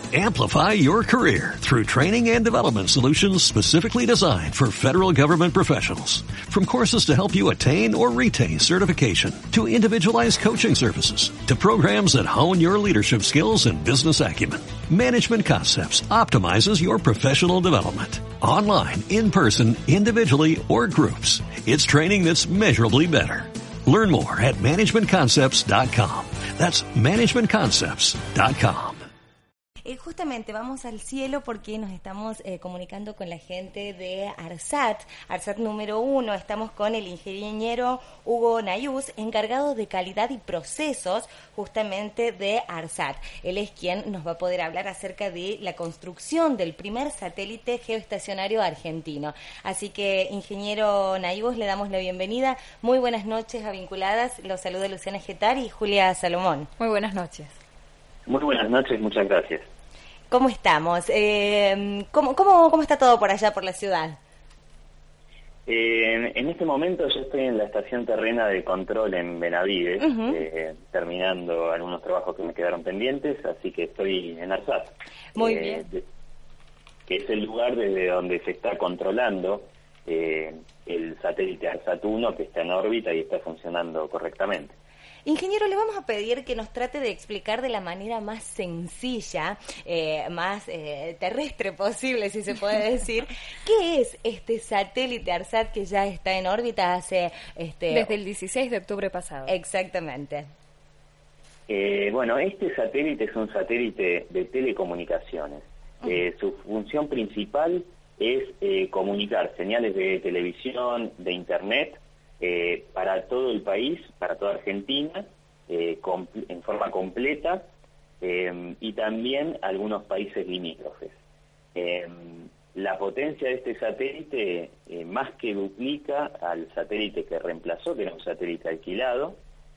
Amplify your career through training and development solutions specifically designed for federal government professionals. From courses to help you attain or retain certification, to individualized coaching services, to programs that hone your leadership skills and business acumen, Management Concepts optimizes your professional development. Online, in person, individually, or groups, it's training that's measurably better. Learn more at managementconcepts.com. That's managementconcepts.com. Justamente vamos al cielo porque nos estamos comunicando con la gente de ARSAT, ARSAT número 1. Estamos con el ingeniero Hugo Nayús, encargado de calidad y procesos justamente de ARSAT. Él es quien nos va a poder hablar acerca de la construcción del primer satélite geoestacionario argentino. Así que, ingeniero Nayús, le damos la bienvenida. Muy buenas noches a Vinculadas. Los saluda Luciana Getar y Julia Salomón. Muy buenas noches. Muy buenas noches, muchas gracias. ¿Cómo estamos? ¿Cómo está todo por allá, por la ciudad? En este momento yo estoy en la estación terrena de control en Benavides, terminando algunos trabajos que me quedaron pendientes, así que estoy en ARSAT. Muy bien. Que es el lugar desde donde se está controlando el satélite ARSAT-1 que está en órbita y está funcionando correctamente. Ingeniero, le vamos a pedir que nos trate de explicar de la manera más sencilla, más terrestre posible, si se puede decir, ¿qué es este satélite ARSAT que ya está en órbita hace... Desde el 16 de octubre pasado. Exactamente. Bueno, este satélite es un satélite de telecomunicaciones. Su función principal es comunicar señales de televisión, de internet, para todo el país, para toda Argentina, en forma completa, y también algunos países limítrofes. La potencia de este satélite más que duplica al satélite que reemplazó, que era un satélite alquilado,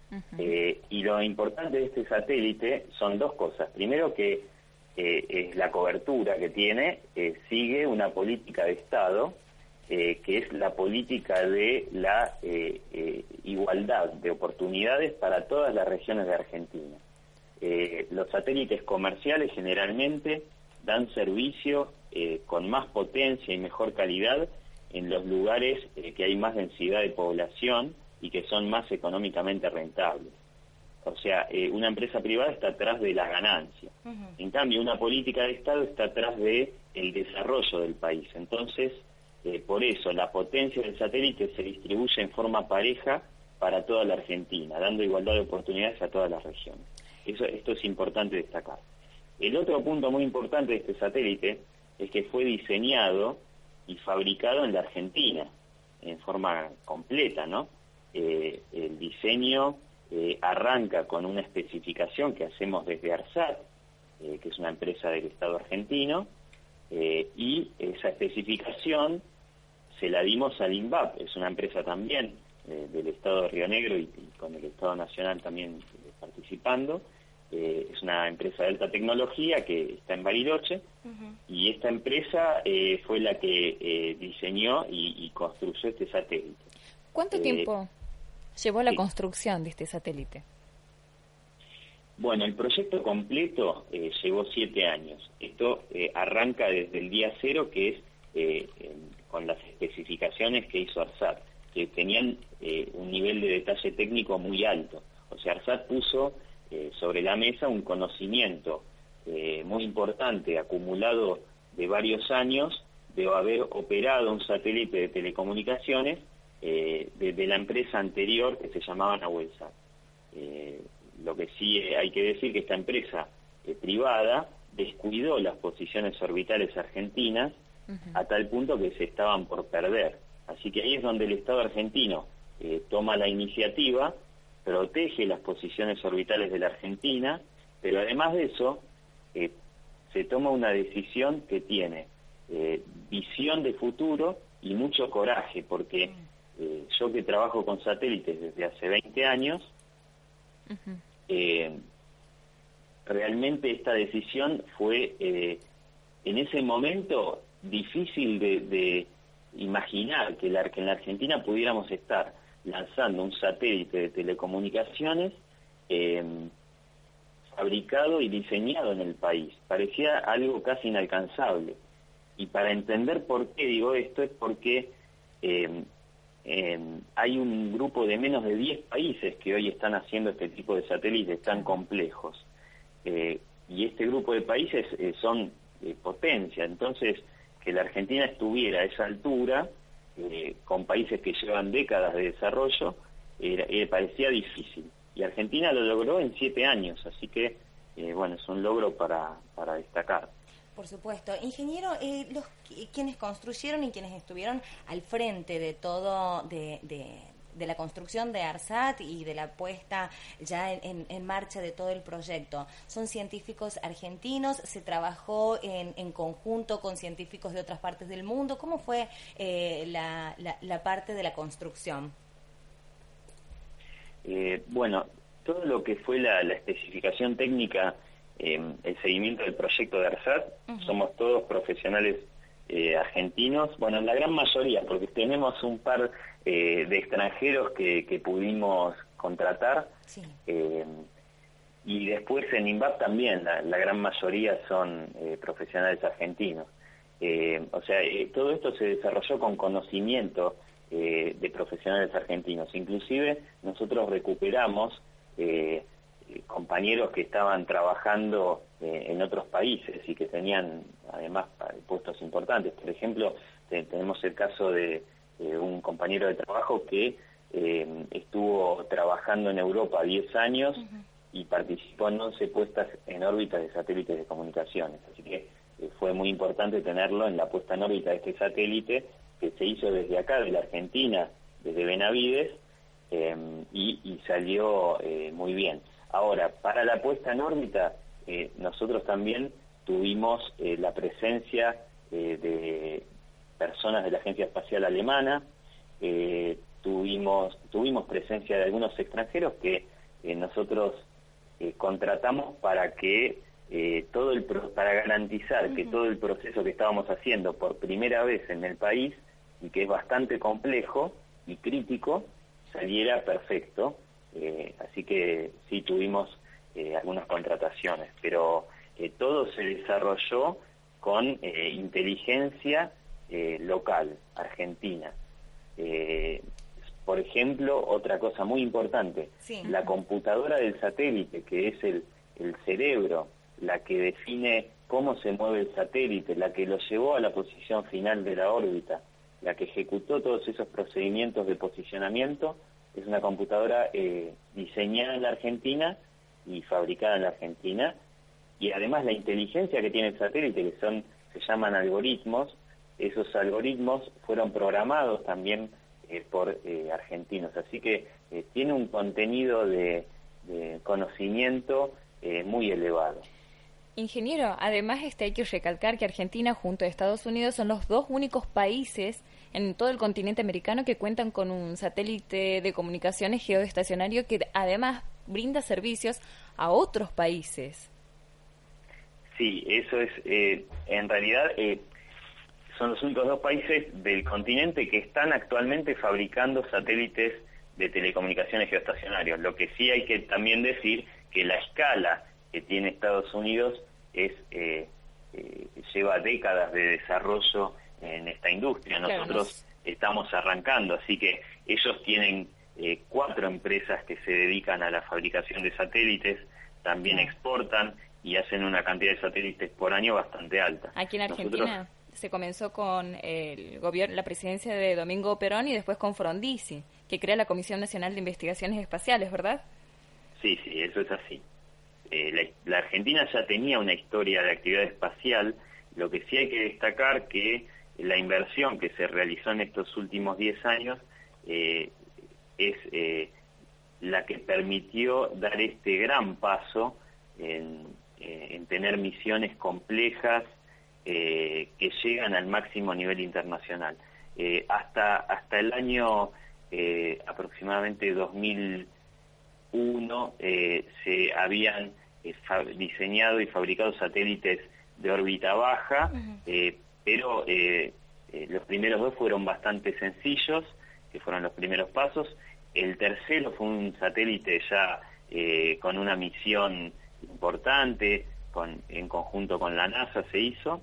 y lo importante de este satélite son dos cosas. Primero que es la cobertura que tiene, sigue una política de Estado, que es la política de la igualdad de oportunidades para todas las regiones de Argentina. Los satélites comerciales generalmente dan servicio con más potencia y mejor calidad en los lugares que hay más densidad de población y que son más económicamente rentables. O sea, una empresa privada está atrás de la ganancia. En cambio, una política de Estado está atrás de el desarrollo del país. Entonces, por eso la potencia del satélite se distribuye en forma pareja para toda la Argentina, dando igualdad de oportunidades a todas las regiones. Esto es importante destacar. El otro punto muy importante de este satélite es que fue diseñado y fabricado en la Argentina, en forma completa, ¿no? El diseño arranca con una especificación que hacemos desde ARSAT, que es una empresa del Estado argentino, y esa especificación se la dimos al INVAP, es una empresa también del Estado de Río Negro y con el Estado Nacional también participando. Es una empresa de alta tecnología que está en Bariloche, y esta empresa fue la que diseñó y construyó este satélite. ¿Cuánto tiempo llevó la construcción de este satélite? Bueno, el proyecto completo llevó 7 años. Esto arranca desde el día cero, que es con las especificaciones que hizo ARSAT, que tenían un nivel de detalle técnico muy alto. O sea, ARSAT puso sobre la mesa un conocimiento muy importante, acumulado de varios años, de haber operado un satélite de telecomunicaciones de la empresa anterior que se llamaba Nahuelsat. Lo que sí hay que decir que esta empresa privada descuidó las posiciones orbitales argentinas a tal punto que se estaban por perder. Así que ahí es donde el Estado argentino toma la iniciativa, protege las posiciones orbitales de la Argentina, pero además de eso se toma una decisión que tiene visión de futuro y mucho coraje, porque yo que trabajo con satélites desde hace 20 años, realmente esta decisión fue en ese momento difícil de imaginar que en la Argentina pudiéramos estar lanzando un satélite de telecomunicaciones fabricado y diseñado en el país. Parecía algo casi inalcanzable. Y para entender por qué digo esto es porque hay un grupo de menos de 10 países que hoy están haciendo este tipo de satélites tan complejos. Y este grupo de países son potencia. Entonces, que la Argentina estuviera a esa altura, con países que llevan décadas de desarrollo, parecía difícil. Y Argentina lo logró en 7 años, así que, bueno, es un logro para destacar. Por supuesto. Ingeniero, quienes construyeron y quienes estuvieron al frente de todo, de la construcción de ARSAT y de la puesta ya en marcha de todo el proyecto, ¿son científicos argentinos? ¿Se trabajó en conjunto con científicos de otras partes del mundo? ¿Cómo fue la parte de la construcción? Bueno, todo lo que fue la especificación técnica, el seguimiento del proyecto de ARSAT, somos todos profesionales argentinos, bueno, la gran mayoría, porque tenemos un par de extranjeros que pudimos contratar, sí. Y después en INVAP también, la gran mayoría son profesionales argentinos. O sea, todo esto se desarrolló con conocimiento de profesionales argentinos. Inclusive nosotros recuperamos compañeros que estaban trabajando en otros países y que tenían además puestos importantes. Por ejemplo, tenemos el caso de un compañero de trabajo que estuvo trabajando en Europa 10 años y participó en 11 puestas en órbita de satélites de comunicaciones. Así que fue muy importante tenerlo en la puesta en órbita de este satélite, que se hizo desde acá, de la Argentina, desde Benavides, y salió muy bien. Ahora, para la puesta en órbita, nosotros también tuvimos la presencia de personas de la Agencia Espacial Alemana, tuvimos presencia de algunos extranjeros que nosotros contratamos para que para garantizar que todo el proceso que estábamos haciendo por primera vez en el país, y que es bastante complejo y crítico, saliera perfecto. Así que sí tuvimos algunas contrataciones, pero todo se desarrolló con inteligencia local, argentina. Por ejemplo, otra cosa muy importante, sí. La computadora del satélite, que es el cerebro, la que define cómo se mueve el satélite, la que lo llevó a la posición final de la órbita, la que ejecutó todos esos procedimientos de posicionamiento, es una computadora diseñada en la Argentina y fabricada en la Argentina, y además la inteligencia que tiene el satélite, que se llaman algoritmos, esos algoritmos fueron programados también por argentinos, así que tiene un contenido de conocimiento muy elevado. Ingeniero, además hay que recalcar que Argentina junto a Estados Unidos son los dos únicos países en todo el continente americano que cuentan con un satélite de comunicaciones geoestacionario que además brinda servicios a otros países. Sí, eso es, en realidad son los únicos dos países del continente que están actualmente fabricando satélites de telecomunicaciones geoestacionarios. Lo que sí hay que también decir que la escala que tiene Estados Unidos lleva décadas de desarrollo en esta industria. Nosotros estamos arrancando, así que ellos tienen 4 empresas que se dedican a la fabricación de satélites, también exportan y hacen una cantidad de satélites por año bastante alta. Aquí en Argentina se comenzó con el gobierno, la presidencia de Domingo Perón y después con Frondizi, que crea la Comisión Nacional de Investigaciones Espaciales, ¿verdad? Sí, eso es así. La Argentina ya tenía una historia de actividad espacial, lo que sí hay que destacar que la inversión que se realizó en estos últimos 10 años es la que permitió dar este gran paso en tener misiones complejas que llegan al máximo nivel internacional. Hasta el año aproximadamente 2001 se habían diseñado y fabricado satélites de órbita baja, pero los primeros 2 fueron bastante sencillos, que fueron los primeros pasos. El tercero fue un satélite ya con una misión importante, en conjunto con la NASA se hizo.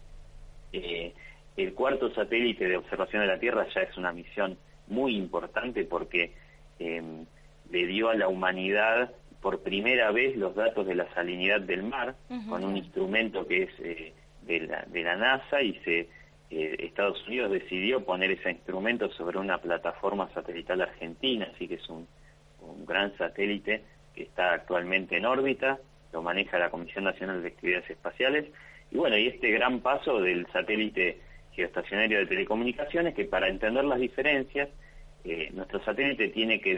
El cuarto satélite de observación de la Tierra ya es una misión muy importante porque le dio a la humanidad por primera vez los datos de la salinidad del mar, con un instrumento que es de la NASA, y Estados Unidos decidió poner ese instrumento sobre una plataforma satelital argentina, así que es un gran satélite que está actualmente en órbita, lo maneja la Comisión Nacional de Actividades Espaciales, y bueno, y este gran paso del satélite geoestacionario de telecomunicaciones, que para entender las diferencias, nuestro satélite tiene que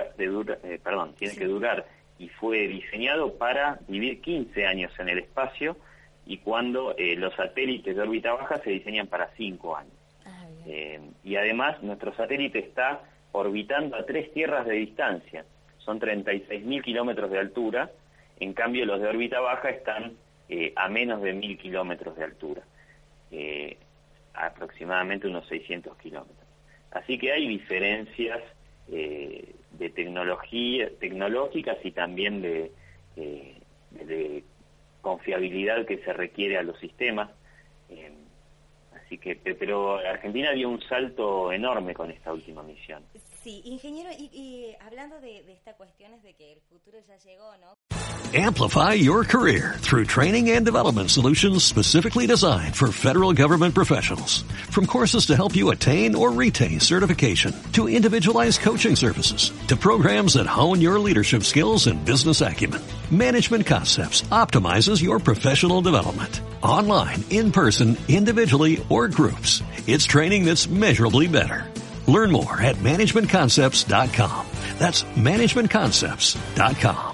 durar y fue diseñado para vivir 15 años en el espacio, y cuando los satélites de órbita baja se diseñan para 5 años. Y además nuestro satélite está orbitando a 3 tierras de distancia, son 36.000 kilómetros de altura, en cambio los de órbita baja están a menos de 1.000 kilómetros de altura, aproximadamente unos 600 kilómetros. Así que hay diferencias de tecnológicas y también de confiabilidad que se requiere a los sistemas. Así que, pero Argentina dio un salto enorme con esta última misión. Sí, ingeniero, y hablando de estas cuestiones de que el futuro ya llegó, ¿no? Amplify your career through training and development solutions specifically designed for federal government professionals. From courses to help you attain or retain certification, to individualized coaching services, to programs that hone your leadership skills and business acumen, Management Concepts optimizes your professional development. Online, in person, individually, or groups, it's training that's measurably better. Learn more at managementconcepts.com. That's managementconcepts.com.